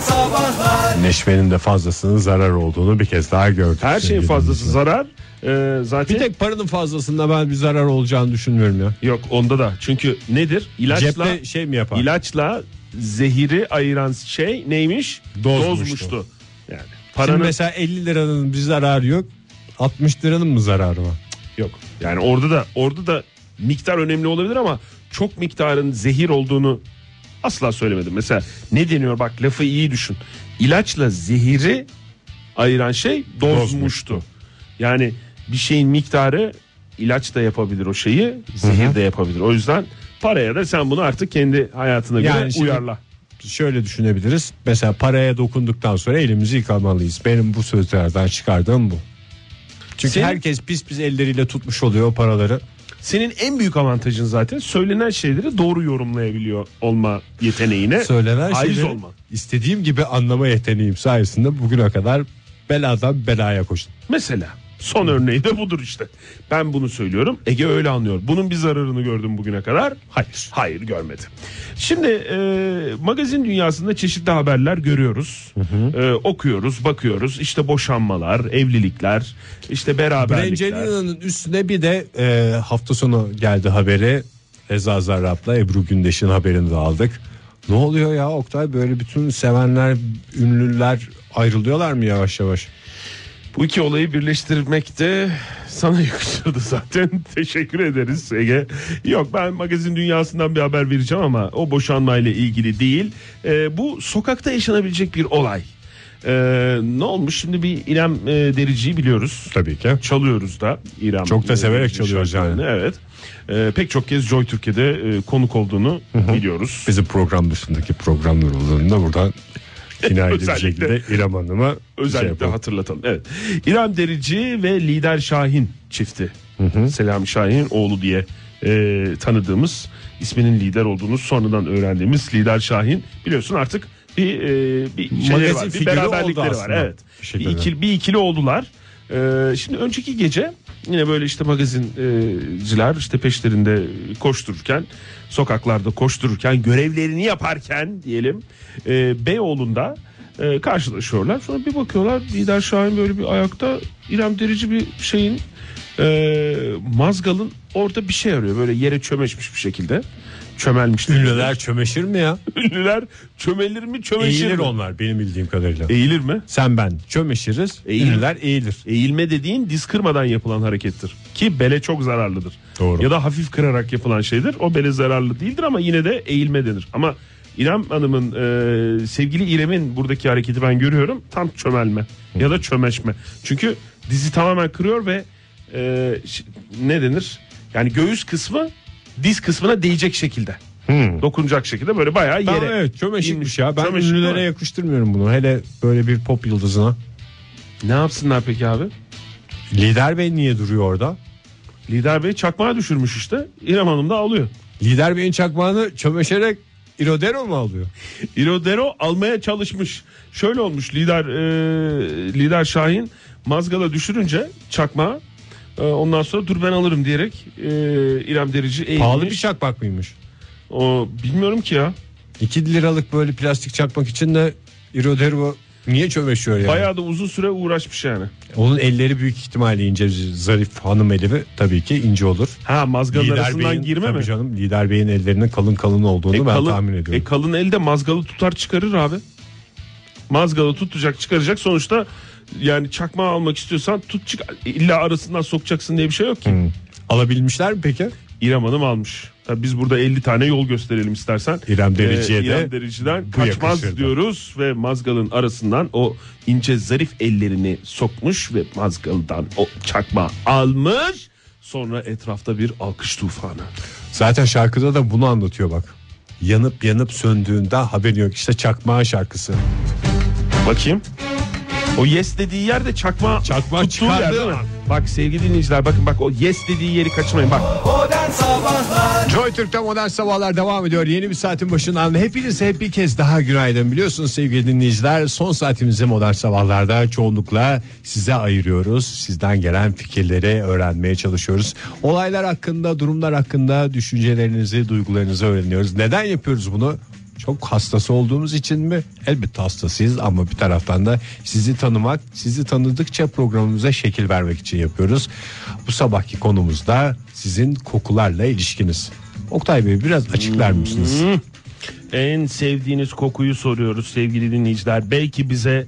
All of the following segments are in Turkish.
Neşvenin de fazlasının zarar olduğunu bir kez daha gördük. Her şeyin fazlası zarar. Zaten bir tek paranın fazlasında ben bir zarar olacağını düşünmüyorum ya. yok onda da. Çünkü nedir? İlaçla Cepte şey mi yapar? İlaçla zehiri ayıran şey neymiş? Dozmuştu. Yani paranın Şimdi mesela 50 liranın bir zararı yok. 60 liranın mı zararı var? yok. Yani orada da miktar önemli olabilir ama çok miktarın zehir olduğunu asla söylemedim. Mesela ne deniyor? Bak lafı iyi düşün. İlaçla zehiri ayıran şey dozmuştu. Yani bir şeyin miktarı ilaç da yapabilir o şeyi, zehir de yapabilir. O yüzden paraya da sen bunu artık kendi hayatına göre Yani şimdi uyarla. şöyle düşünebiliriz. Mesela paraya dokunduktan sonra elimizi yıkamalıyız. Benim bu sözlerden çıkardığım bu. Çünkü herkes pis pis elleriyle tutmuş oluyor o paraları. Senin en büyük avantajın zaten söylenen şeyleri doğru yorumlayabiliyor olma yeteneğine. Söylenen haiz şeyleri olma. istediğim gibi anlama yeteneğim sayesinde bugüne kadar beladan belaya koştum. Mesela son örneği de budur işte. Ben bunu söylüyorum. Ege öyle anlıyor. Bunun bir zararını gördüm bugüne kadar. Hayır görmedi. Şimdi magazin dünyasında çeşitli haberler görüyoruz. Okuyoruz, bakıyoruz. İşte boşanmalar, evlilikler, işte beraberlikler. Brangelina'nın üstüne bir de hafta sonu geldi haberi. Eza Zarrab'la Ebru Gündeş'in haberini de aldık. Ne oluyor ya Oktay, böyle bütün sevenler, ünlüler ayrılıyorlar mı yavaş yavaş? Bu iki olayı birleştirmek de sana yakışırdı zaten. Teşekkür ederiz Ege. Yok, ben magazin dünyasından bir haber vereceğim ama o boşanmayla ilgili değil. Bu sokakta yaşanabilecek bir olay. Ne olmuş şimdi, bir İrem Derici'yi biliyoruz. Tabii ki. Çalıyoruz da İrem. Çok da severek çalıyoruz yani. Evet. Pek çok kez Joy Türkiye'de konuk olduğunu biliyoruz. Bizim program dışındaki programlar olduğunda buradan kinayeli bir şekilde İrem Hanım'a özellikle hatırlatalım. Evet. İrem Derici ve Lider Şahin çifti. Selami Şahin oğlu diye tanıdığımız, isminin Lider olduğunu sonradan öğrendiğimiz Lider Şahin, biliyorsun artık bir şeyleri var, bir beraberlikleri var. Evet. Bir ikili oldular. Şimdi önceki gece yine böyle işte magazinciler işte peşlerinde koştururken, sokaklarda koştururken, görevlerini yaparken diyelim, Beyoğlu'nda karşılaşıyorlar. Sonra bir bakıyorlar, Lider Şahin böyle bir ayakta, İrem Derici bir şeyin mazgalın orada bir şey arıyor, böyle yere çömeşmiş bir şekilde. Çömelmişler. Ünlüler çömeşir mi ya? Ünlüler çömelir mi, çömeşir Eğilir mi? onlar benim bildiğim kadarıyla. Eğilir mi? Sen ben çömeşiriz, ünlüler eğilir. Eğilme dediğin diz kırmadan yapılan harekettir. Ki bele çok zararlıdır. Doğru. Ya da hafif kırarak yapılan şeydir. O bele zararlı değildir ama yine de eğilme denir. Ama İrem Hanım'ın, sevgili İrem'in buradaki hareketi ben görüyorum. Tam çömelme ya da çömeşme. Çünkü dizi tamamen kırıyor ve ne denir? Yani göğüs kısmı diz kısmına değecek şekilde. Dokunacak şekilde böyle bayağı yere. Tamam, evet, çömeşikmiş ya. Ben Çömeşik ünlülere mi? yakıştırmıyorum bunu. Hele böyle bir pop yıldızına. Ne yapsınlar peki abi? Lider Bey niye duruyor orada? Lider Bey çakmağa düşürmüş işte. İrem Hanım da alıyor. Lider Bey'in çakmağını çömeşerek İrodero mu alıyor? İrodero almaya çalışmış. Şöyle olmuş, Lider Şahin mazgala düşürünce çakmağı, ondan sonra dur ben alırım diyerek İrem Derici eğilmiş. Pahalı bir çakmak mıymış? O bilmiyorum ki ya. 2 liralık böyle plastik çakmak için de İrodero niye çömeşiyor yani? Bayağı da uzun süre uğraşmış yani. Onun elleri büyük ihtimalle ince, zarif hanım eli tabii ki ince olur. Ha, mazgalın arasından girme mi? Canım, Lider Bey'in ellerinin kalın olduğunu ben tahmin ediyorum. Kalın elde mazgalı tutar çıkarır abi. Mazgalı tutacak, çıkaracak, sonuçta yani çakmağı almak istiyorsan tut çıkar. İlla arasından sokacaksın diye bir şey yok ki. Alabilmişler mi peki? İrem Hanım almış. Tabii biz burada 50 tane yol gösterelim istersen. İrem Derici'ye de İrem Derici'den kaçmaz diyoruz ve mazgalın arasından o ince zarif ellerini sokmuş ve mazgaldan o çakmağı almış. Sonra etrafta bir alkış tufanı. Zaten şarkıda da bunu anlatıyor bak. Yanıp söndüğünde haberin yok, işte çakmağın şarkısı. Bakayım. O yes dediği yerde çakmağı tuttuğu yer değil mi? Bak sevgili dinleyiciler, bakın bak, o yes dediği yeri kaçırmayın bak. Modern Sabahlar. Joy Türk'te Modern Sabahlar devam ediyor. Yeni bir saatin başından hepinize bir kez daha günaydın. Biliyorsunuz sevgili dinleyiciler, son saatimizi Modern Sabahlar'da çoğunlukla size ayırıyoruz. Sizden gelen fikirleri öğrenmeye çalışıyoruz. Olaylar hakkında, durumlar hakkında düşüncelerinizi, duygularınızı öğreniyoruz. Neden yapıyoruz bunu? Çok hastası olduğumuz için mi? Elbette hastasıyız ama bir taraftan da sizi tanımak, sizi tanıdıkça programımıza şekil vermek için yapıyoruz. Bu sabahki konumuz da sizin kokularla ilişkiniz. Oktay Bey biraz açıklar mısınız? En sevdiğiniz kokuyu soruyoruz sevgili dinleyiciler. Belki bize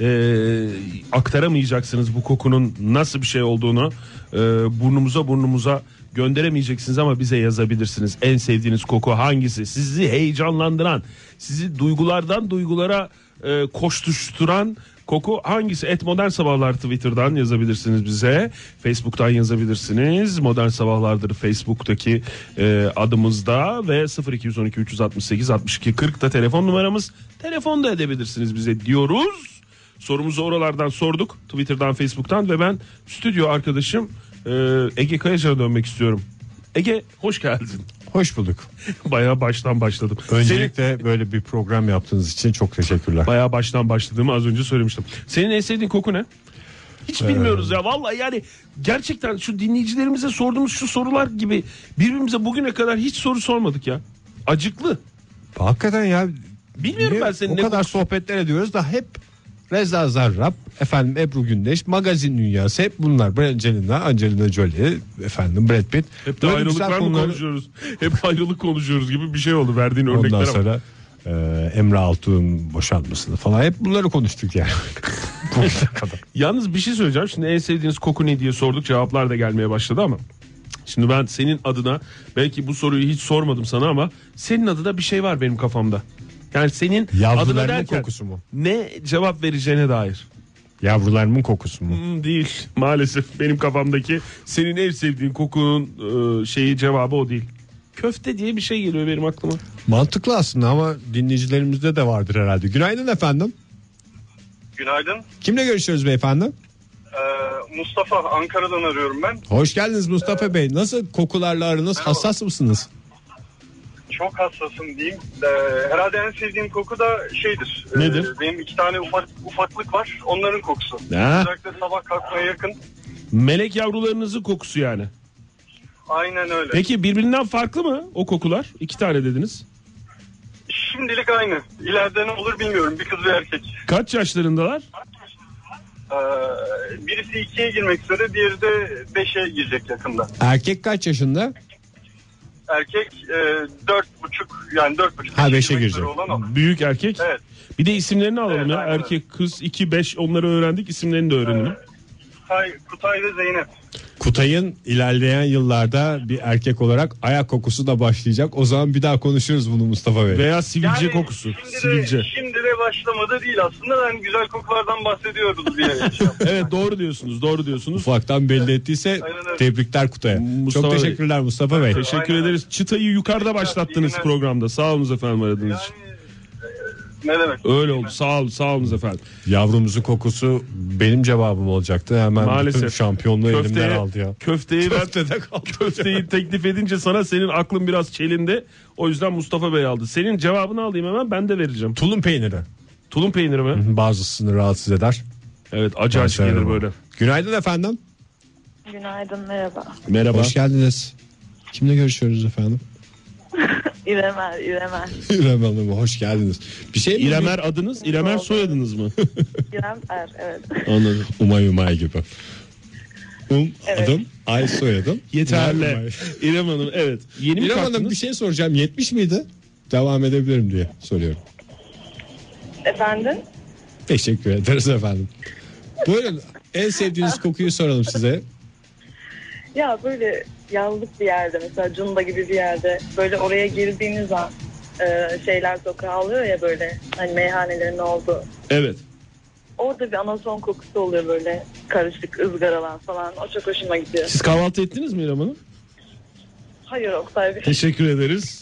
aktaramayacaksınız bu kokunun nasıl bir şey olduğunu. Burnumuza gönderemeyeceksiniz ama bize yazabilirsiniz. En sevdiğiniz koku hangisi? Sizi heyecanlandıran, sizi duygulardan duygulara koşturturan koku hangisi? @Modern Sabahlar Twitter'dan yazabilirsiniz bize. Facebook'tan yazabilirsiniz. Modern Sabahlar'dır Facebook'taki adımızda ve 0212 368 62 40 da telefon numaramız. Telefon da edebilirsiniz bize diyoruz. Sorumuzu oralardan sorduk. Twitter'dan, Facebook'tan ve ben stüdyo arkadaşım Ege Kayacan'a dönmek istiyorum. Ege hoş geldin. Hoş bulduk. Bayağı baştan başladım. Öncelikle böyle bir program yaptığınız için çok teşekkürler. Bayağı baştan başladığımı az önce söylemiştim. Senin en sevdiğin koku ne? Hiç bilmiyoruz ya vallahi, yani gerçekten şu dinleyicilerimize sorduğumuz şu sorular gibi birbirimize bugüne kadar hiç soru sormadık ya. Acıklı. Hakikaten ya. Bilmiyorum ben senin o kadar sohbetler ediyoruz da hep Reza Zarrab, efendim Ebru Gündeş, magazin dünyası, hep bunlar. Angelina Jolie, efendim Brad Pitt. Hep de ayrılıklar mı konuşuyoruz? Hep ayrılık konuşuyoruz gibi bir şey oldu verdiğin örnekler. Ondan sonra Emre Altuğ'un boşanmasını falan hep bunları konuştuk yani. Yalnız bir şey söyleyeceğim. Şimdi en sevdiğiniz koku ne diye sorduk, cevaplar da gelmeye başladı ama şimdi ben senin adına, belki bu soruyu hiç sormadım sana ama senin adına bir şey var benim kafamda. Yani senin adına derken kokusu mu? Ne cevap vereceğine dair. Yavrularımın kokusu mu? Değil maalesef, benim kafamdaki senin en sevdiğin kokunun cevabı o değil. Köfte diye bir şey geliyor benim aklıma. Mantıklı aslında ama dinleyicilerimizde de vardır herhalde. Günaydın efendim. Günaydın. Kimle görüşüyoruz beyefendi? Mustafa, Ankara'dan arıyorum ben. Hoş geldiniz Mustafa Bey. Nasıl kokularla aranız? Merhaba. Hassas mısınız? Çok hassasım diyeyim. Herhalde en sevdiğim koku da şeydir. Nedir? Benim 2 tane ufaklık var. Onların kokusu. Ha? Özellikle sabah kalkmaya yakın. Melek yavrularınızın kokusu yani. Aynen öyle. Peki birbirinden farklı mı o kokular? 2 tane dediniz. Şimdilik aynı. İleride ne olur bilmiyorum. Bir kız bir erkek. Kaç yaşlarındalar? Birisi 2'ye girmek üzere, diğeri de 5'e girecek yakında. Erkek kaç yaşında? Erkek 4,5, yani 4,5. Ha, 5'e girmek girecek. üzere olan o. Büyük erkek. Evet. Bir de isimlerini alalım Evet, ya. aynen. Erkek, kız, 2, 5 onları öğrendik. İsimlerini de öğrenelim. Kutay ve Zeynep. Kutay'ın ilerleyen yıllarda bir erkek olarak ayak kokusu da başlayacak. O zaman bir daha konuşuruz bunu Mustafa Bey. Veya sivilce kokusu. Sivilce. Şimdi de başlamadı değil aslında. Ben güzel kokulardan bahsediyoruz diye. Evet, doğru diyorsunuz. Ufaktan belli ettiyse Aynen öyle. tebrikler Kutay'a. Mustafa Çok Bey. teşekkürler Mustafa Bey. Teşekkür Aynen. ederiz. Çıtayı yukarıda başlattınız İyi günler. programda. Sağ olunuz efendim aradığınız için. Ne demek? Öyle oldu. Sağ olunuz efendim. Yavrumuzun kokusu benim cevabım olacaktı. Hemen bütün Maalesef. şampiyonluğu elimden aldı ya. Köfteyi teklif edince sana, senin aklın biraz çelindi. O yüzden Mustafa Bey aldı. Senin cevabını alayım hemen, ben de vereceğim. Tulum peyniri. Tulum peyniri mi? Bazısını rahatsız eder. Evet, acı acı Ben gelir severim. böyle. Günaydın efendim. Günaydın, merhaba. Merhaba. Hoş geldiniz. Kimle görüşüyoruz efendim? İremel. İrem Hanım, hoş geldiniz. Bir şey mi? İremer adınız, İremer soyadınız mı? İrem evet. Anladım. Umay gibi. Evet. Adım, ay soyadım. Yeterli. Umay. İrem Hanım, evet. Yeni mi İrem Hanım, kalktınız? bir şey soracağım. 70 miydi? Devam edebilirim diye soruyorum. Efendim? Teşekkür ederiz efendim. Buyurun, en sevdiğiniz kokuyu soralım size. Ya böyle yazlık bir yerde, mesela Cunda gibi bir yerde, böyle oraya girdiğiniz an şeyler sokağı oluyor ya, böyle hani meyhanelerin olduğu. Evet. Orada bir anason kokusu oluyor, böyle karışık ızgaralan falan. O çok hoşuma gidiyor. Siz kahvaltı ettiniz mi İrem Hanım? Hayır Oktay Bey. Teşekkür ederiz.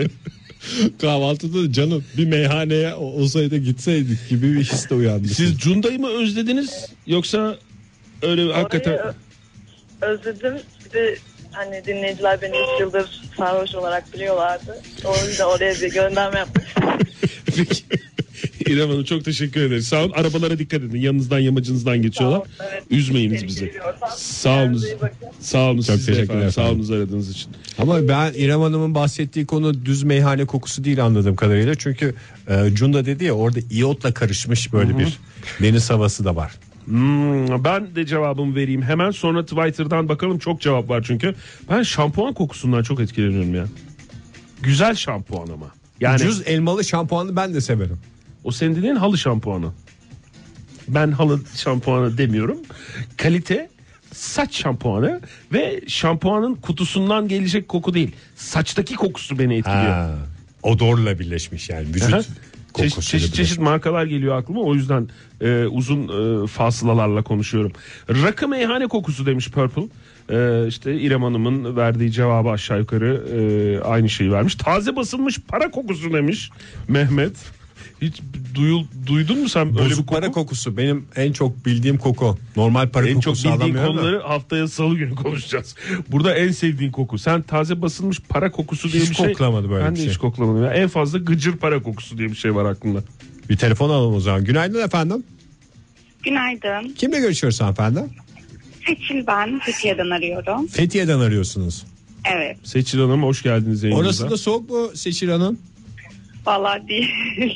Kahvaltıda canım bir meyhaneye olsaydı gitseydik gibi bir his de uyandı. Siz Cunda'yı mı özlediniz yoksa öyle hakikaten... Orayı özledim. Bir de hani dinleyiciler beni 3 yıldır sarhoş olarak biliyorlardı. O yüzden oraya bir gönderme yapmak istedim. Peki. İrem Hanım çok teşekkür ederiz. Sağ olun. Arabalara dikkat edin. Yanınızdan yamacınızdan geçiyorlar. Evet. Üzmeyiniz bizi. Sağ olun. Sağ olun. Çok Siz de teşekkürler efendim. Sağ efendim. olun aradığınız için. Ama ben İrem Hanım'ın bahsettiği konu düz meyhane kokusu değil anladığım kadarıyla. Çünkü Cunda dedi ya, orada iyotla karışmış böyle bir deniz havası da var. Ben de cevabımı vereyim hemen, sonra Twitter'dan bakalım, çok cevap var çünkü. Ben şampuan kokusundan çok etkileniyorum ya. Güzel şampuan ama. Yani Ucuz elmalı şampuanı ben de severim. o senin dediğin halı şampuanı. Ben halı şampuanı demiyorum. Kalite saç şampuanı ve şampuanın kutusundan gelecek koku değil. Saçtaki kokusu beni etkiliyor. Ha, odorla birleşmiş yani vücut kokusu. Çeşit markalar geliyor aklıma, o yüzden uzun fasılalarla konuşuyorum. Rakı meyhane kokusu demiş Purple. İşte İrem Hanım'ın verdiği cevabı aşağı yukarı aynı şeyi vermiş. Taze basılmış para kokusu demiş Mehmet. Hiç duydun mu sen öyle bir Bozuk koku? para kokusu benim en çok bildiğim koku. Normal para En çok kokusu bildiğin alamıyorum da. konuları haftaya salı günü konuşacağız. Burada en sevdiğin koku. Sen taze basılmış para kokusu diye Hiç bir şey. koklamadı böyle ben bir de şey. hiç koklamadım. En fazla gıcır para kokusu diye bir şey var aklımda. Bir telefon alalım o zaman. Günaydın efendim. Günaydın. Kimle görüşüyoruz hanımefendi? Seçil ben. Fethiye'den arıyorum. Fethiye'den arıyorsunuz. Evet. Seçil Hanım hoş geldiniz yayınımıza. Orası da soğuk mu Seçil Hanım? Vallahi değil.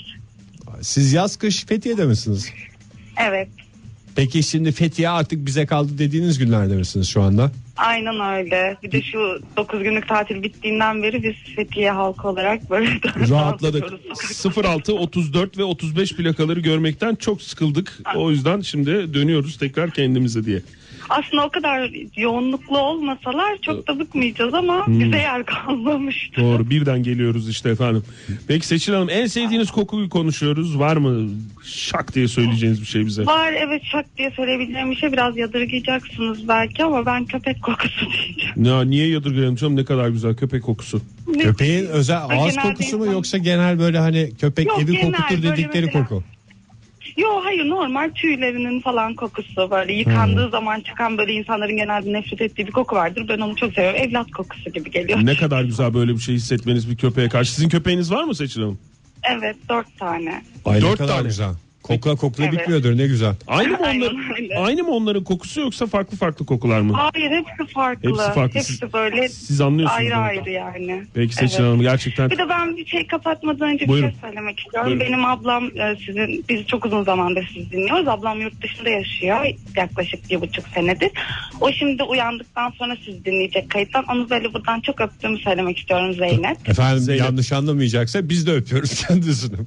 Siz yaz kış Fethiye'de misiniz? Evet. Peki şimdi Fethiye artık bize kaldı dediğiniz günlerde misiniz şu anda? Aynen öyle. Bir de şu 9 günlük tatil bittiğinden beri biz Fethiye halkı olarak böyle Rahatladık. 06, 34 ve 35 plakaları görmekten çok sıkıldık. O yüzden şimdi dönüyoruz tekrar kendimize diye. Aslında o kadar yoğunluklu olmasalar çok da bıkmayacağız ama bize yer kalmamıştı. Doğru, birden geliyoruz işte efendim. Peki Seçil Hanım, en sevdiğiniz kokuyu konuşuyoruz. Var mı şak diye söyleyeceğiniz bir şey bize? Var, evet, şak diye söyleyebileceğim bir şey, biraz yadırgayacaksınız belki ama ben köpek kokusu diyeceğim. Ya niye yadırgayalım canım, ne kadar güzel köpek kokusu. Köpeğin özel ağız Genelde kokusu mu insan- yoksa genel böyle hani köpek Yok, evi genel kokutur böyle dedikleri mesela- koku? Yo, hayır, normal tüylerinin falan kokusu, böyle yıkandığı zaman çıkan, böyle insanların genelde nefret ettiği bir koku vardır. Ben onu çok seviyorum. Evlat kokusu gibi geliyor. Ne kadar güzel böyle bir şey hissetmeniz bir köpeğe karşı. Sizin köpeğiniz var mı Seçil Hanım? Evet, 4 tane. Ay ne 4 kadar tane. güzel. Kokla Evet. bitmiyordur, ne güzel. Aynı mı Aynen onların, öyle. aynı mı onların kokusu yoksa farklı kokular mı? Hayır, hepsi farklı. Hepsi farklı. Hepsi böyle Siz anlıyorsunuz ayrı demek. ayrı yani. Peki Seçil Evet. Hanım, gerçekten Bir de ben bir şey kapatmadan önce Buyurun. bir şey söylemek istiyorum. Buyurun. Benim ablam biz çok uzun zamandır sizi dinliyoruz. Ablam yurt dışında yaşıyor. Yaklaşık 1,5 senedir. O şimdi uyandıktan sonra sizi dinleyecek kayıttan. Onu böyle buradan çok öptüğümü söylemek istiyorum, Zeynep. Efendim Zeynep. yanlış anlamayacaksa biz de öpüyoruz kendisini.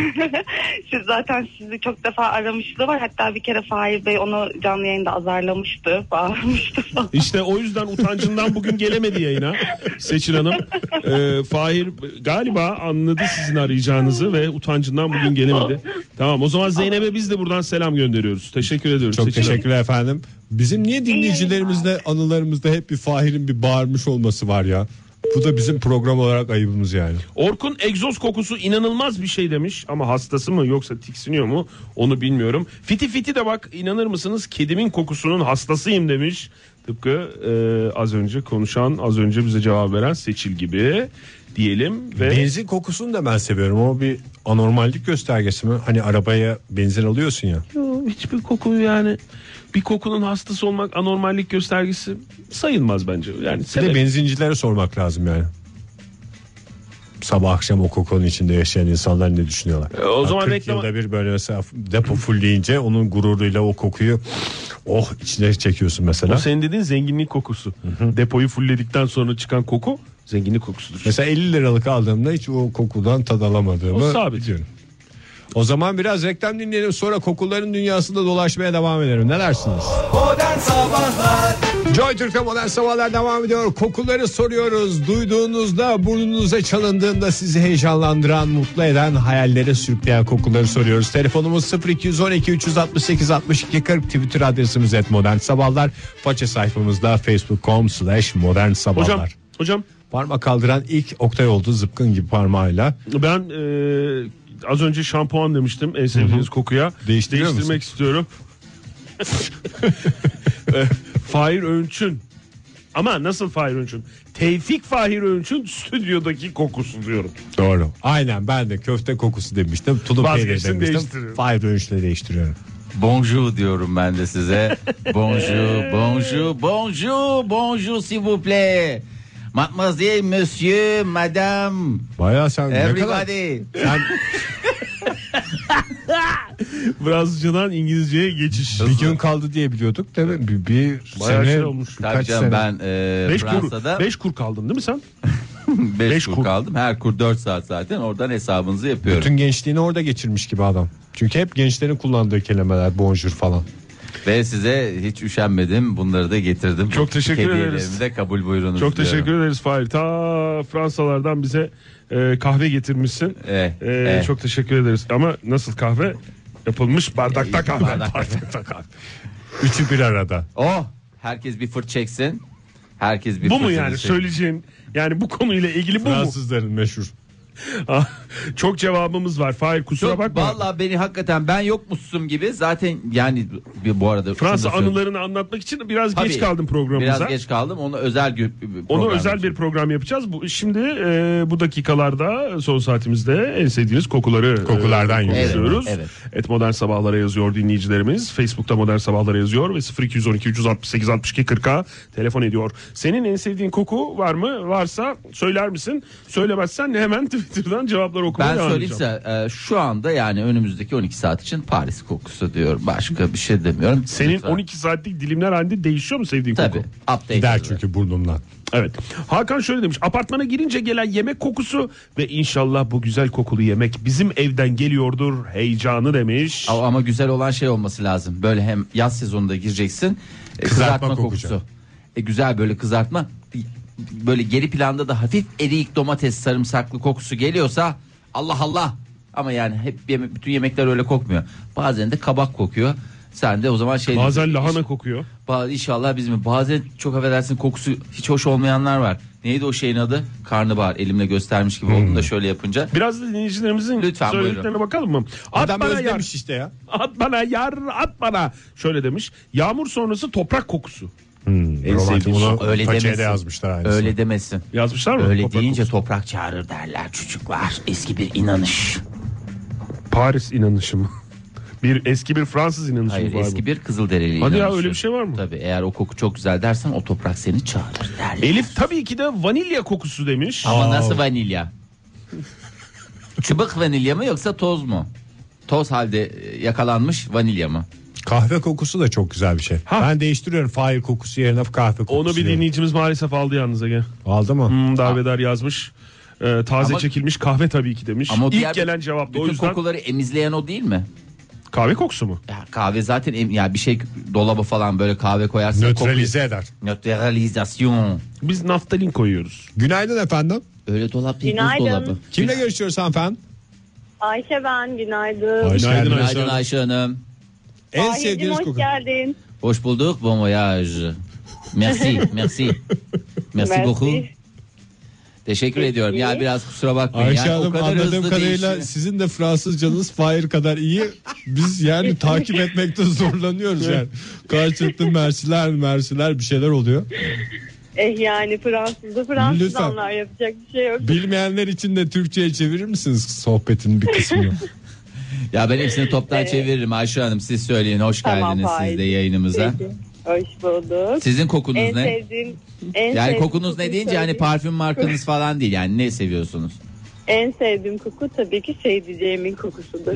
Sizi çok defa aramışlığı var. Hatta bir kere Fahir Bey onu canlı yayında azarlamıştı, bağırmıştı falan. İşte o yüzden utancından bugün gelemedi yayına Seçil Hanım. Fahir galiba anladı sizin arayacağınızı ve utancından bugün gelemedi. Tamam, o zaman Zeynep'e biz de buradan selam gönderiyoruz. Teşekkür ediyoruz. Çok Seçil Hanım. teşekkürler efendim. Bizim niye dinleyicilerimizde anılarımızda hep bir Fahir'in bir bağırmış olması var ya? Bu da bizim program olarak ayıbımız yani. Orkun egzoz kokusu inanılmaz bir şey demiş ama hastası mı yoksa tiksiniyor mu onu bilmiyorum. Fiti de bak, inanır mısınız, kedimin kokusunun hastasıyım demiş. Tıpkı az önce konuşan, az önce bize cevap veren Seçil gibi diyelim. Ve Benzin kokusunu da ben seviyorum. O bir anormallik göstergesi mi? Hani arabaya benzin alıyorsun ya. hiçbir koku, yani bir kokunun hastası olmak anormallik göstergesi sayılmaz bence. Yani Bir de benzincilere sormak lazım yani. Sabah akşam o kokunun içinde yaşayan insanlar ne düşünüyorlar? O zaman 40 reklama- yılda bir böyle mesela depo fullleyince onun gururuyla o kokuyu içine çekiyorsun mesela. o senin dediğin zenginlik kokusu. Depoyu fulledikten sonra çıkan koku zenginlik kokusudur. Mesela 50 liralık aldığımda hiç o kokudan tad alamadığımı O sabit. biliyorum. O zaman biraz reklam dinleyelim, sonra kokuların dünyasında dolaşmaya devam edelim. Ne dersiniz? Modern Sabahlar Joy Türk'te modern sabahlar devam ediyor. Kokuları soruyoruz. Duyduğunuzda, burnunuza çalındığında sizi heyecanlandıran, mutlu eden, hayallere sürükleyen kokuları soruyoruz. Telefonumuz 0212 368 62 40, Twitter adresimiz @modernsabahlar. Faça sayfamızda facebook.com/modern sabahlar. Hocam Parmak kaldıran ilk Oktay oldu, zıpkın gibi parmağıyla. ben az önce şampuan demiştim en sevdiğiniz kokuya. Değiştiriyor Değiştirmek istiyorum. Fahir Öğünç'ün Ama nasıl Fahir Öğünç'ün? Tevfik Fahir Öğünç'ün stüdyodaki kokusu diyorum. Doğru. Aynen, ben de köfte kokusu demiştim. Tulum peyniri Vazgeçtim, demiştim. değiştiriyorum. Fahir Öğünç'le değiştiriyorum. Bonjour diyorum ben de size. Bonjour, bonjour, bonjour, bonjour s'il vous plaît. Mademoiselle, monsieur, madame, Bayağı sen ne kadar... everybody. Sen Fransızcadan İngilizceye geçiş. bir gün kaldı diye biliyorduk değil mi? Bir Bayağı sene, şey olmuş. Tabii birkaç canım, sene. ben 5 Fransa'da kur kaldın değil mi sen? 5 kur. kur kaldım. Her kur 4 saat zaten. Oradan hesabınızı yapıyorum. Bütün gençliğini orada geçirmiş gibi adam. Çünkü hep gençlerin kullandığı kelimeler, bonjour falan. Ve size hiç üşenmedim. Bunları da getirdim. Çok teşekkür Hediyelerimi ederiz. de kabul buyurunuz. Çok diyorum. teşekkür ederiz Fahir. Ta Fransalardan bize kahve getirmişsin. Çok teşekkür ederiz. Ama nasıl kahve? Yapılmış bardakta kahve. Bardakta kahve. Üçü bir arada. Oh, herkes bir fırt çeksin. Herkes bir Bu mu fırtını yani çeksin. söyleyeceğin? Yani bu konuyla ilgili bu mu? Fransızların meşhur. Çok cevabımız var. Fahir kusura Çok, bakma. vallahi beni hakikaten ben yokmuşsun gibi zaten yani bu arada Fransa şunu da söyleyeyim. anılarını anlatmak için biraz Tabii, geç kaldım programımıza. Biraz geç kaldım. Onu özel Onu özel bir program yapacağız. Şimdi bu dakikalarda son saatimizde en sevdiğiniz kokulardan konuşuyoruz. Evet, Et Modern Sabahlara yazıyor dinleyicilerimiz. Facebook'ta Modern Sabahlara yazıyor ve 0212 368 62 40'a telefon ediyor. Senin en sevdiğin koku var mı? Varsa söyler misin? Söylemezsen hemen Twitter'dan cevaplar okumaya Ben devam söyleyeyim edeceğim. size şu anda yani önümüzdeki 12 saat için Paris kokusu diyorum. Başka bir şey demiyorum. Senin Lütfen. 12 saatlik dilimler halinde değişiyor mu sevdiğin Tabii, koku? update Gider ediyor. çünkü burnumdan. Evet. Hakan şöyle demiş. Apartmana girince gelen yemek kokusu ve inşallah bu güzel kokulu yemek bizim evden geliyordur heyecanı demiş. Ama güzel olan şey olması lazım. Böyle hem yaz sezonunda gireceksin. Kızartma kokacak. kokusu. Güzel böyle kızartma. Böyle geri planda da hafif eriyik domates sarımsaklı kokusu geliyorsa Allah Allah. Ama yani hep bütün yemekler öyle kokmuyor. Bazen de kabak kokuyor. Sen de o zaman şey Bazen diyorsun, lahana kokuyor. İnşallah bizim bazen çok affedersin kokusu hiç hoş olmayanlar var. Neydi o şeyin adı? Karnabahar, elimle göstermiş gibi oldum da şöyle yapınca. Biraz da dinleyicilerimizin Lütfen, söylediklerine bakalım mı? At Adam bana yar. özlemiş işte ya. At bana yar, at bana. Şöyle demiş. Yağmur sonrası toprak kokusu. En Romantik, sevdiğim bunu şey. Öyle Paçe'de demesin. yazmışlar aynısını. Öyle demesin. Yazmışlar mı? Öyle Toprak deyince kokusu. toprak çağırır derler çocuklar. Eski bir inanış. Paris inanışı mı? Eski bir Fransız inanışı Hayır, mı var eski bu? bir Kızılderili Hadi ya, inanışı. öyle bir şey var mı? Tabii, eğer o koku çok güzel dersen o toprak seni çağırır derler. Elif tabii ki de vanilya kokusu demiş. Ama nasıl vanilya? Çubuk vanilya mı yoksa toz mu? Toz halde yakalanmış vanilya mı? Kahve kokusu da çok güzel bir şey. Ha. Ben değiştiriyorum Fahir kokusu yerine kahve kokusu. Onu bir yerine. dinleyicimiz maalesef aldı yalnız Ege. Aldı mı? Darveder yazmış. Taze Ama- çekilmiş kahve tabii ki demiş. Ama o İlk diğer gelen cevap da o bütün yüzden kokuları emizleyen o değil mi? kahve kokusu mu? Ya kahve zaten ya bir şey dolaba falan böyle kahve koyarsın. Nötralize eder. Nötralizasyon. Biz naftalin koyuyoruz. Günaydın efendim. Öyle dolap değil, Günaydın. buzdolabı. Kimle görüşüyoruz hanımefendi? Ayşe ben, günaydın. Hoş Günaydın geldiniz. Günaydın Ayşe Hanım. En Fahir'cim, sevdiğiniz hoş koku. geldin. Hoş bulduk. Bon voyage. Merci, merci. Merci beaucoup. Teşekkür ediyorum. Ya biraz kusura bakmayın. Ayşe Yani o Hanım, kadar anladığım hızlı kadarıyla değişiyor. sizin de Fransızcanız Fahir kadar iyi. Biz yani takip etmekte zorlanıyoruz yani. Karşılıklı mersiler bir şeyler oluyor. Yani Fransız Lütfen. anlar, yapacak bir şey yok. Bilmeyenler için de Türkçe'ye çevirir misiniz sohbetin bir kısmını? Ya ben hepsini toptan çeviririm Ayşe Hanım. Siz söyleyin. Hoş Tamam, geldiniz Fahir. siz de yayınımıza. Peki. Hoş bulduk. Sizin kokunuz En ne? sevdiğim Yani sevdiğim kokunuz ne kokuyu deyince hani söyleyeyim. parfüm markanız falan değil. Yani ne seviyorsunuz? En sevdiğim koku tabii ki sevdiceğimin kokusudur.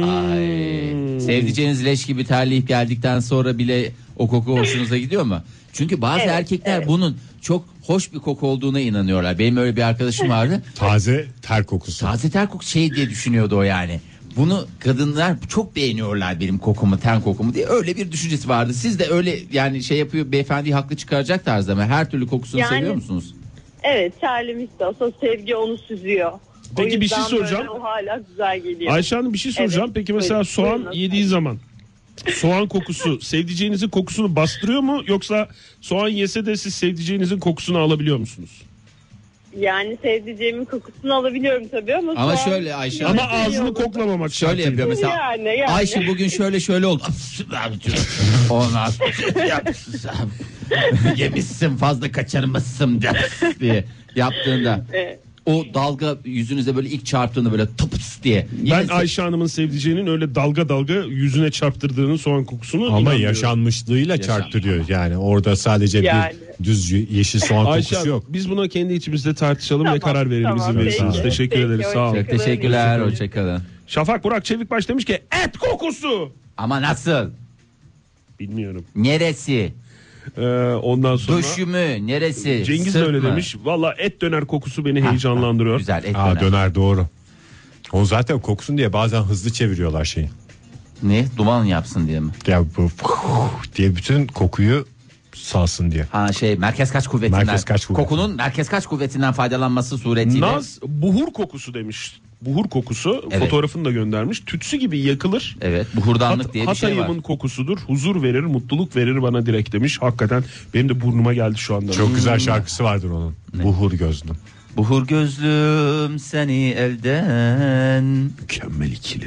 Ay, sevdiceğiniz leş gibi terleyip geldikten sonra bile o koku hoşunuza gidiyor mu? Çünkü bazı Evet, erkekler evet. bunun çok hoş bir koku olduğuna inanıyorlar. Benim öyle bir arkadaşım vardı. Taze ter kokusu. Taze ter kokusu şey diye düşünüyordu o yani. Bunu kadınlar çok beğeniyorlar benim kokumu, ten kokumu diye öyle bir düşüncesi vardı. Siz de öyle yani şey yapıyor, beyefendi haklı çıkaracak tarzda mı? Her türlü kokusunu Yani- seviyor musunuz? Evet, terlemiş de olsa sevgi onu süzüyor. Peki, O bir şey yüzden soracağım. böyle o hala güzel geliyor. Ayşe Hanım bir şey soracağım. Evet, Peki mesela buyurun, soğan buyurun. yediği zaman soğan kokusu sevdiceğinizin kokusunu bastırıyor mu, yoksa soğan yese de siz sevdiceğinizin kokusunu alabiliyor musunuz? Yani sevdiceğimin kokusunu alabiliyorum tabii ama Ama soğan- şöyle Ayşe Ama Hanım, ağzını koklamamak şöyle şartıyla. yapıyor mesela. Yani. Ayşe bugün şöyle oldu. Ondan Yemişsin fazla kaçırmışsın diye yaptığında. Evet. O dalga yüzünüze böyle ilk çarptığında böyle tıpıs diye. Ben Ayşe Hanım'ın sevdiceğinin öyle dalga dalga yüzüne çarptırdığının soğan kokusunu Ama inanmıyorum. yaşanmışlığıyla çarptırıyor yani. Orada sadece Yani. bir düz yeşil soğan Ayşe kokusu Hanım, yok. biz buna kendi içimizde tartışalım ve Tamam, karar verelim, tamam, izin verirseniz. peki. Teşekkür Peki, ederiz, sağ olun. hoşça kalın. Teşekkürler, hoşçakalın. Şafak Burak Çevikbaş demiş ki et kokusu. Ama nasıl? Bilmiyorum. Neresi? Ondan sonra Döşümü neresi? Cengiz de Sırt öyle mı? demiş. Valla et döner kokusu beni heyecanlandırıyor. Güzel et Aa, döner. döner doğru. Onu zaten koksun diye bazen hızlı çeviriyorlar şeyi. Ne? Duman yapsın diye mi? Ya bu diye bütün kokuyu salsın diye. Ha merkez kaç kuvvetinden. Merkez kaç kuvveti. Kokunun merkez kaç kuvvetinden faydalanması suretiyle. Naz buhur kokusu demiş. Buhur kokusu, Evet. fotoğrafını da göndermiş. Tütsü gibi yakılır. Evet, buhurdanlık diye bir şey var. Hatayımın kokusudur. Huzur verir, mutluluk verir bana direkt demiş. Hakikaten benim de burnuma geldi şu anda. Çok güzel şarkısı vardır onun. Buhur gözlüm. Buhur gözlüm seni elden Mükemmel ikili.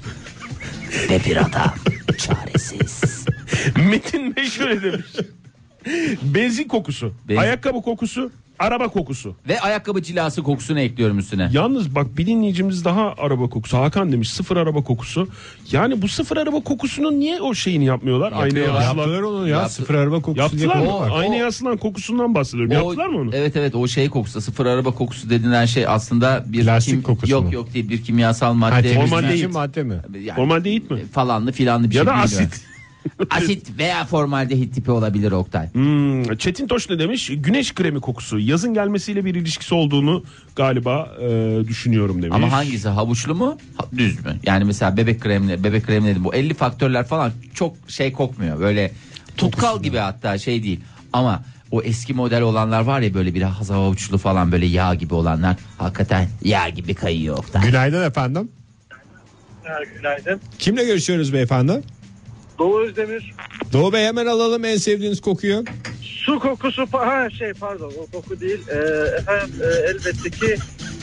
ve bir adam çaresiz. Metin Bey şöyle demiş. Benzin kokusu, ayakkabı kokusu, araba kokusu. Ve ayakkabı cilası kokusunu ekliyorum üstüne. Yalnız bak bir dinleyicimiz daha araba kokusu. Hakan demiş sıfır araba kokusu. Yani bu sıfır araba kokusunun niye o şeyini yapmıyorlar? Aynaya Yapıyorlar. asılan. Yaptılar onu ya. Yaptı- Sıfır araba kokusu diye Yaptılar koku mı? var. Aynaya asılan kokusundan bahsediyorum. Yaptılar mı onu? Evet o şey kokusu, sıfır araba kokusu denilen şey aslında bir Plastik kokusu yok mu? yok değil, bir kimyasal Ha, madde. temizleyici temizleyici madde mi? Yani, Formaldehit mi? Falanlı filanlı bir Ya şey da bilmiyorum. asit. Asit veya formaldehit tipi olabilir Oktay. Çetin Toş ne demiş? Güneş kremi kokusu. Yazın gelmesiyle bir ilişkisi olduğunu galiba düşünüyorum demiş. Ama hangisi, havuçlu mu düz mü? Yani mesela bebek kremleri bu 50 faktörler falan çok şey kokmuyor. Böyle tutkal gibi, hatta şey değil. Ama o eski model olanlar var ya, böyle biraz havuçlu falan, böyle yağ gibi olanlar hakikaten yağ gibi kayıyor Oktay. Günaydın efendim. Günaydın. Kimle görüşüyoruz beyefendi? Doğu Özdemir. Doğu Bey, hemen alalım en sevdiğiniz kokuyu. Su kokusu pardon o koku değil. Efendim elbette ki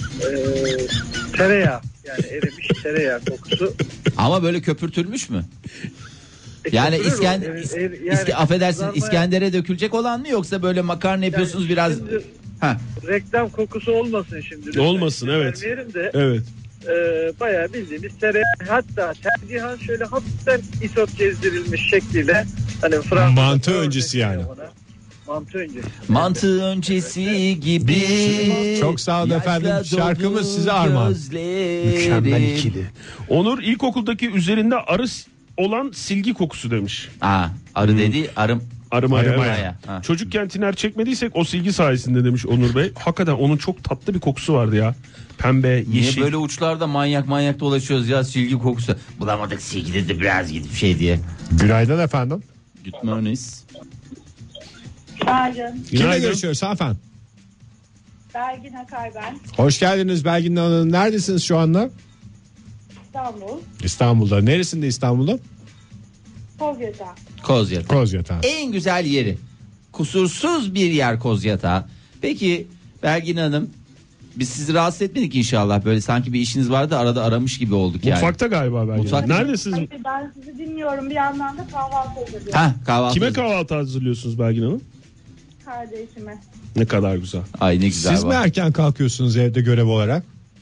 tereyağı. Yani erimiş tereyağı kokusu. Ama böyle köpürtülmüş mü? Yani köpürür o. affedersin, kızarmaya- İskender'e dökülecek olan mı, yoksa böyle makarna yapıyorsunuz biraz? Şimdi Ha. reklam kokusu olmasın şimdi. lütfen. Olmasın, evet. Vermeyelim de Evet. bayağı bildiğimiz tereyağı, hatta tercihan şöyle hafiften isot gezdirilmiş şekliyle, hani Fransız Mantı öncesi yani. Mantı öncesi. Mantı öncesi gibi. Çok sağ olun efendim. yaşla Şarkımız dolu size armağan. gözlerim. Mükemmel ikili. Onur ilkokuldaki üzerinde arı olan silgi kokusu demiş. Arı dedi, arım. Arımaya. Arımaya. Ha. Çocukken tiner çekmediysek o silgi sayesinde demiş Onur Bey. Hakikaten onun çok tatlı bir kokusu vardı ya. Pembe, Niye yeşil. böyle uçlarda manyak dolaşıyoruz ya, silgi kokusu. Bulamadık silgi de biraz gidip şey diye. Günaydın efendim. Gitmeniz. Günaydın. Kimle Günaydın. görüşüyoruz hanımefendi? Belgin Akay ben. Hoş geldiniz Belgin Hanım. Neredesiniz şu anda? İstanbul. İstanbul'da. Neresinde İstanbul'da? Kozyata. Kozyatağı. Kozyatağı. En güzel yeri. Kusursuz bir yer Kozyatağı. Peki Belgin Hanım, biz sizi rahatsız etmedik inşallah. Böyle sanki bir işiniz vardı, arada aramış gibi olduk yani. Mutfakta galiba belki. Mutfakta. Neredesiniz? Hayır, ben sizi dinliyorum, bir yandan da kahvaltı ediyorum. Kahvaltı. Kime kahvaltı hazırlıyorsunuz Belgin Hanım? Kardeşime. Ne kadar güzel. Ay ne güzel. Siz mi var. erken kalkıyorsunuz evde görev olarak?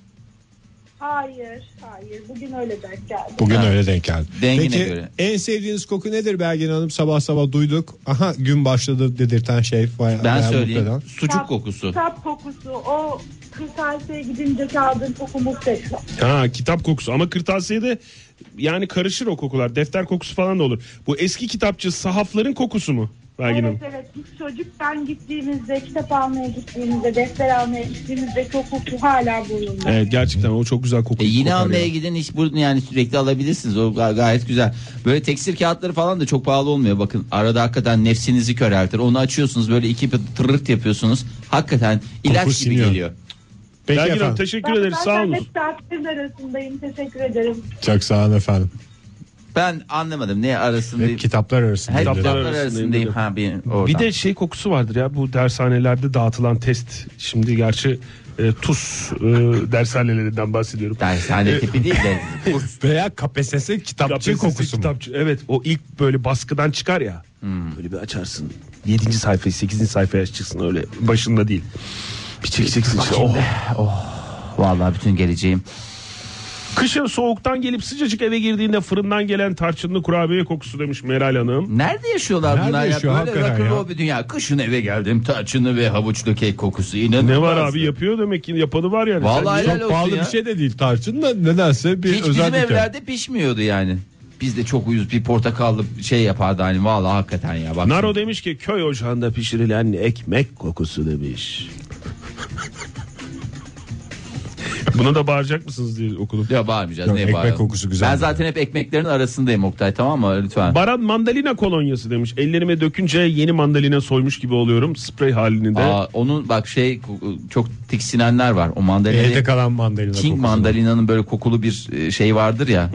Hayır. Bugün öyle denk geldi. Bugün Ha. öyle denk geldi. Dengine Peki göre. en sevdiğiniz koku nedir Belgin Hanım? Sabah sabah duyduk. Aha, gün başladı dedirten şey. Ben bayağı söyleyeyim. mutlu eden. Sucuk kokusu. Kitap kokusu. O kırtasiyeye gidince çaldığım koku muhteşem. Ha, kitap kokusu ama kırtasiyede yani karışır o kokular. Defter kokusu falan da olur. Bu eski kitapçı sahafların kokusu mu Belgin Hanım? Evet. Biz çocukken gittiğimizde, kitap almaya gittiğimizde, defter almaya gittiğimizde çok koku hala burnumda. Evet, gerçekten o çok güzel koku. Yine kokar almaya ya. gidin, hiç bu yani sürekli alabilirsiniz. O gayet güzel. Böyle tekstil kağıtları falan da çok pahalı olmuyor. Bakın arada hakikaten nefsinizi köreltir. Onu açıyorsunuz, böyle iki tırırt yapıyorsunuz. Hakikaten ilaç Koku gibi siniyor. geliyor. Peki Belgin Hanım efendim. teşekkür Ben ederiz, sağ zaten olun. hep takipçiler arasındayım. Teşekkür ederim. Çok sağ olun efendim. Ben anlamadım ne arasındayım. Hep kitaplar arasında. Hep Kitaplar kitaplar arasındayım arasındayım. dedim. Ha, oradan. Bir de şey kokusu vardır ya, bu dershanelerde dağıtılan test. Şimdi gerçi TUS dershanelerinden bahsediyorum. dershane tipi değil de kurs. Veya KPSS kitapçı KPSS kokusu mu? kitapçı. Evet, o ilk böyle baskıdan çıkar ya. Böyle bir açarsın. 7. sayfayı 8. sayfaya çıksın, öyle başında değil. Bir çekeceksin işte. Vallahi bütün geleceğim. Kışın soğuktan gelip sıcacık eve girdiğinde fırından gelen tarçınlı kurabiye kokusu demiş Meral Hanım. Nerede yaşıyorlar Nerede bunlar yaşıyor, ya? Böyle hakikaten ya. rock'n'roll bir dünya. Kışın eve geldim, tarçınlı ve havuçlu kek kokusu. İnanılmaz. Ne var abi, yapıyor demek ki, yapanı var yani. Vallahi Sen- helal Çok olsun pahalı ya. bir şey de değil tarçın da nedense bir Hiç bizim özellik. evlerde pişmiyordu yani. Biz de çok uyuz bir portakallı şey yapardı hani, vallahi hakikaten ya. Bak Naro demiş ki köy ocağında pişirilen ekmek kokusu demiş. Buna da bağıracak mısınız diye okudum. ya bağırmayacağız. Yok, Ne ekmek bağıralım? kokusu güzel. Ben zaten hep ekmeklerin arasındayım Oktay, tamam mı? Lütfen. Baran mandalina kolonyası demiş. Ellerime dökünce yeni mandalina soymuş gibi oluyorum. Sprey halinde. Onun bak çok tiksinenler var. O mandalina. Evde kalan mandalina King kokusu. mandalina'nın böyle kokulu bir şey vardır ya.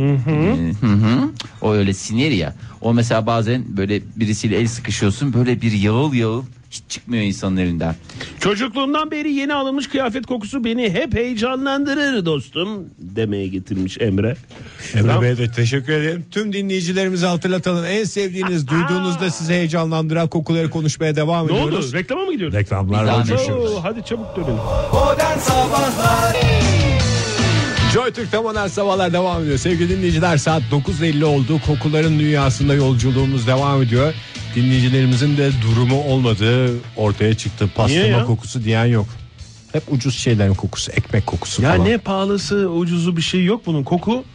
O öyle sinir ya. O mesela bazen böyle birisiyle el sıkışıyorsun, böyle bir yağıl hiç çıkmıyor insanın elinden. Çocukluğumdan beri yeni alınmış kıyafet kokusu beni hep heyecanlandırır dostum demeye getirmiş Emre. Emre Bey'e de teşekkür ederim. Tüm dinleyicilerimize hatırlatalım. En sevdiğiniz, duyduğunuzda sizi heyecanlandıran kokuları konuşmaya devam Ne ediyoruz. oldu? Reklama mı gidiyoruz? Reklamlar Bir var. zahmet. Görüşürüz. Hadi çabuk dönelim. Modern Sabahlar Joy Türk'te modern sabahlar devam ediyor. Sevgili dinleyiciler, saat 9:50 oldu. Kokuların dünyasında yolculuğumuz devam ediyor. Dinleyicilerimizin de durumu olmadığı ortaya çıktı. Niye Pastırma ya? kokusu diyen yok. Hep ucuz şeylerin kokusu, ekmek kokusu Ya falan. ne pahalısı ucuzu bir şey yok bunun.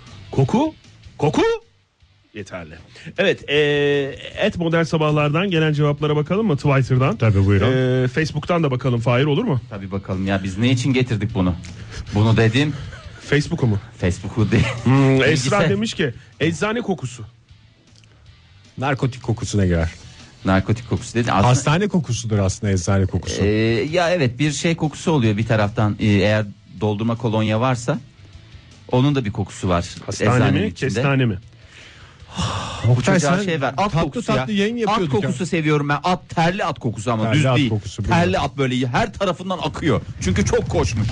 Koku yeterli. Evet, et modern sabahlardan gelen cevaplara bakalım mı Twitter'dan? Tabii, buyurun. Facebook'tan da bakalım, Fahir, olur mu? Tabii bakalım ya, biz ne için getirdik bunu? Bunu dedim. Facebook'u mu? Facebook'u değil. Esra Bilgisayar- demiş ki eczane kokusu. Narkotik kokusuna girer. Narkotik kokusu dedi. Aslında, Hastane kokusudur aslında eczane kokusu. ya evet, bir şey kokusu oluyor bir taraftan. Eğer doldurma kolonya varsa onun da bir kokusu var. Hastane eczanenin mi, içinde. kestane mi? Bu çocuğa şey ver. At tatlı kokusu tatlı ya. yayın At yapıyorduk kokusu seviyorum ben. Terli at kokusu ama Terli düz at değil. kokusu, Terli at böyle her tarafından akıyor. Çünkü çok koşmuş.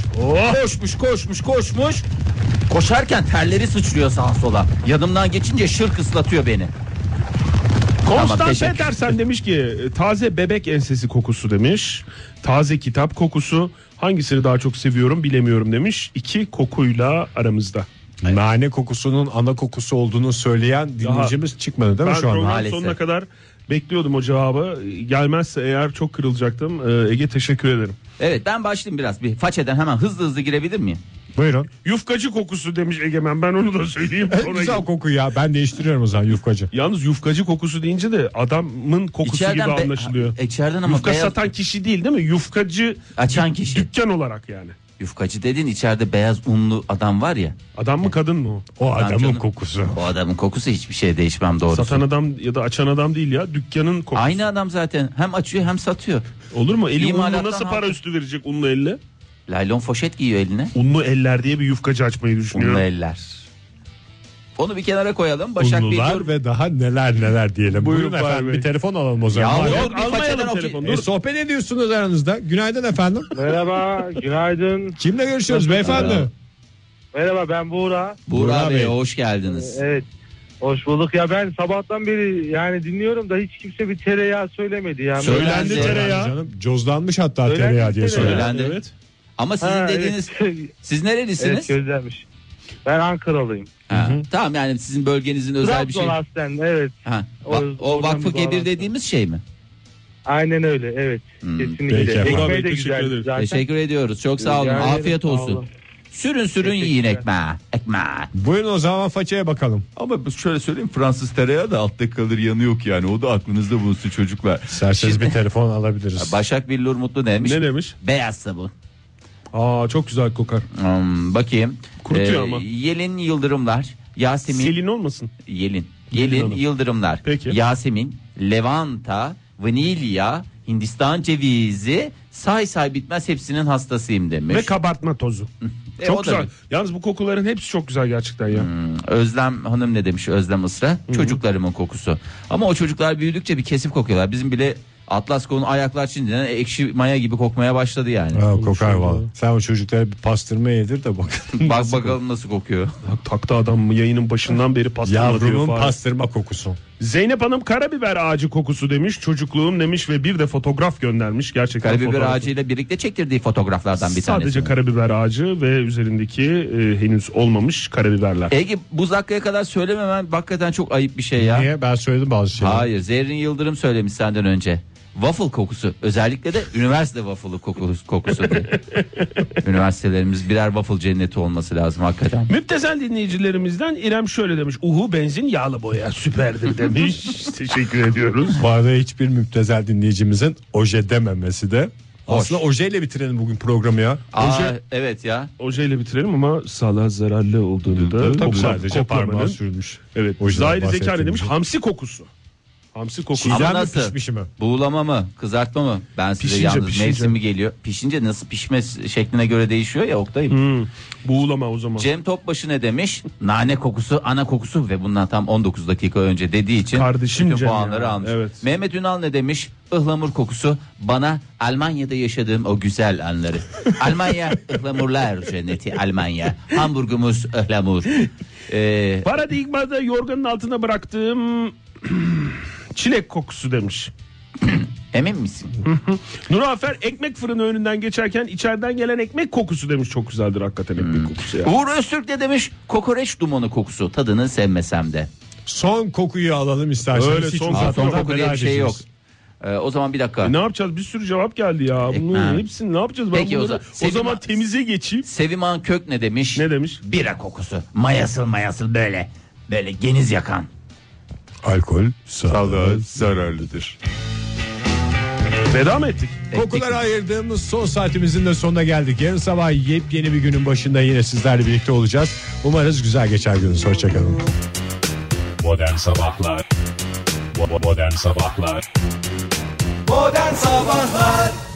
Koşmuş. Koşarken terleri sıçrıyor sağa sola. Yanımdan geçince şırk ıslatıyor beni. Konstant teşekkür. Petersen demiş ki taze bebek ensesi kokusu demiş. Taze kitap kokusu. Hangisini daha çok seviyorum bilemiyorum demiş. 2 kokuyla aramızda. Nane kokusunun ana kokusu olduğunu söyleyen dinleyicimiz çıkmadı değil mi Ben şu an? program Maalesef. sonuna kadar bekliyordum o cevabı. Gelmezse eğer çok kırılacaktım. Ege, teşekkür ederim. Evet, ben başlayayım biraz. Bir façeden hemen hızlı girebilir miyim? Buyurun. Yufkacı kokusu demiş Egemen, ben onu da söyleyeyim. En Sonra- güzel koku ya. Ben değiştiriyorum o zaman yufkacı. Yalnız yufkacı kokusu deyince de adamın kokusu gibi anlaşılıyor. İçeriden ama Yufka beyaz, satan kişi değil mi? Yufkacı açan kişi. dükkan olarak yani. Yufkacı dediğin içeride beyaz unlu adam var ya. Adam mı kadın mı o? O adamın canım. kokusu. O adamın kokusu hiçbir şeye değişmem doğrusu. Satan adam ya da açan adam değil ya. Dükkanın kokusu. Aynı adam zaten, hem açıyor hem satıyor. Olur mu? Eli unlu İmalattan nasıl para aldım. üstü verecek unlu elle? Laylon foşet giyiyor eline. Unlu eller diye bir yufkacı açmayı Unlu düşünüyorum. eller. Onu bir kenara koyalım. Başak Unlular Bilgi. ve daha neler diyelim. Buyurun Buyurun Fahri efendim, Bey. bir telefon alalım o zaman. Ya Madem. yok, Yok, bir almayalım façeden telefonu, okey. dur. Sohbet ediyorsunuz aranızda. Günaydın efendim. Merhaba, günaydın. Kimle görüşüyoruz beyefendi? Merhaba, ben Buğra. Buğra Buğra Bey, Bey. hoş geldiniz. Evet, hoş bulduk. Ya ben sabahtan beri yani dinliyorum da hiç kimse bir tereyağı söylemedi. Yani Söylendi Söylendi. tereyağı. Canım, cozlanmış hatta Söylendi tereyağı diye tereyağı. söylüyor. Söylendi. Evet. Ama sizin Ha, dediğiniz, evet. siz nerelisiniz? Evet, gözlenmiş. Ben Ankaralıyım. Ha, tamam, yani sizin bölgenizin özel bir şey. Trabzon aslen, evet. Ha, O- o oradan Vakfı bir Kebir bağlantı. dediğimiz şey mi? Aynen öyle, evet. Peki Kesinlikle. efendim. Buğra Bey, Ekmeği de teşekkür güzel ederiz. zaten. Teşekkür ediyoruz. Çok sağ olun. Yani Afiyet sağ olsun. olun. Sürün yiyin Teşekkürler. ekmeği. Buyurun o zaman façaya bakalım. Ama şöyle söyleyeyim, Fransız tereyağı da altta kalır, yanı yok yani. O da aklınızda bulunsun çocuklar. İsterseniz bir telefon alabiliriz. Başak Billur Mutlu demiş. Ne demiş? Beyaz sabun. Aa, çok güzel kokar. Bakayım. Kurutuyor ama. Yelin Yıldırımlar. Yasemin. Selin olmasın? Yelin Hanım. Yıldırımlar. Peki. Yasemin, Levanta, vanilya, Hindistan cevizi, say bitmez hepsinin hastasıyım demiş. Ve kabartma tozu. o Çok da güzel. bir- Yalnız bu kokuların hepsi çok güzel gerçekten ya. Özlem Hanım ne demiş? Özlem Isra. Çocuklarımın kokusu. Ama o çocuklar büyüdükçe bir kesip kokuyorlar. Bizim bile Atlas Ko'nun ayaklar şimdiden ekşi maya gibi kokmaya başladı yani. Ha, kokar valla. Sen o çocuklara bir pastırma yedir de bak. Bak bakalım nasıl kokuyor. Taktı adam yayının başından beri pastırma diyor Yavrumun falan. pastırma kokusu. Zeynep Hanım karabiber ağacı kokusu demiş. Çocukluğum demiş ve bir de fotoğraf göndermiş. Gerçekten Karabiber fotoğraf. ağacıyla birlikte çektirdiği fotoğraflardan bir tanesi. Sadece karabiber ağacı ve üzerindeki henüz olmamış karabiberler. Ege bu dakikaya kadar söylememen hakikaten çok ayıp bir şey ya. Niye? Ben söyledim bazı şeyleri. Hayır, Zerrin Yıldırım söylemiş senden önce. Waffle kokusu, özellikle de üniversite waffle'ı kokusu diye. Üniversitelerimiz birer waffle cenneti olması lazım hakikaten. Müptezel dinleyicilerimizden İrem şöyle demiş. Uhu benzin yağlı boya süperdir demiş. Teşekkür ediyoruz. Bu arada hiçbir müptezel dinleyicimizin oje dememesi de. Aslında ojeyle bitirelim bugün programı ya. Evet ya. Ojeyle bitirelim ama sağlığa zararlı olduğunu da Tabii sadece koklamanın. parmağı sürülmüş. Evet. Ojeden Zahiri Zeka ne bahsettiğimiz demiş? şey. Hamsi kokusu. Hamsi kokusu. Ama Çiğdem mi nasıl? pişmiş mi? Buğulama mı? Kızartma mı? Ben size Pişince, yalnız pişince. mevsimi geliyor. Pişince nasıl pişme şekline göre değişiyor ya Oktay'ım. Buğulama o zaman. Cem Topbaşı ne demiş? Nane kokusu, ana kokusu ve bundan tam 19 dakika önce dediği için Kardeşim bütün Cem puanları ya. almış. Evet. Mehmet Ünal ne demiş? Ihlamur kokusu bana Almanya'da yaşadığım o güzel anları. Almanya ıhlamurlar cenneti Almanya. Hamburgumuz ıhlamur. Paradigmada yorganın altına bıraktığım çilek kokusu demiş. Emin misin? Nurafer ekmek fırını önünden geçerken içeriden gelen ekmek kokusu demiş. Çok güzeldir hakikaten ekmek kokusu ya. Uğur Öztürk de demiş kokoreç dumanı kokusu, tadını sevmesem de. Son kokuyu alalım isterseniz. Öyle, Hiç son uzatmadan Son koku diye veda bir şey yok. edeceğiz. O zaman bir dakika. Ne yapacağız? Bir sürü cevap geldi ya. Bunun Ekmek. hepsini ne yapacağız? Peki, Ben o zaman temize geçeyim. Seviman Kök ne demiş? Ne demiş? Bira kokusu. Mayasıl mayasıl böyle. Böyle geniz yakan. Alkol sağlığa zararlıdır. Veda mı ettik? Kokulara ayırdığımız son saatimizin de sonuna geldik. Yarın sabah yepyeni bir günün başında yine sizlerle birlikte olacağız. Umarız güzel geçer gününüz. Hoşçakalın. Modern Sabahlar Modern Sabahlar Modern Sabahlar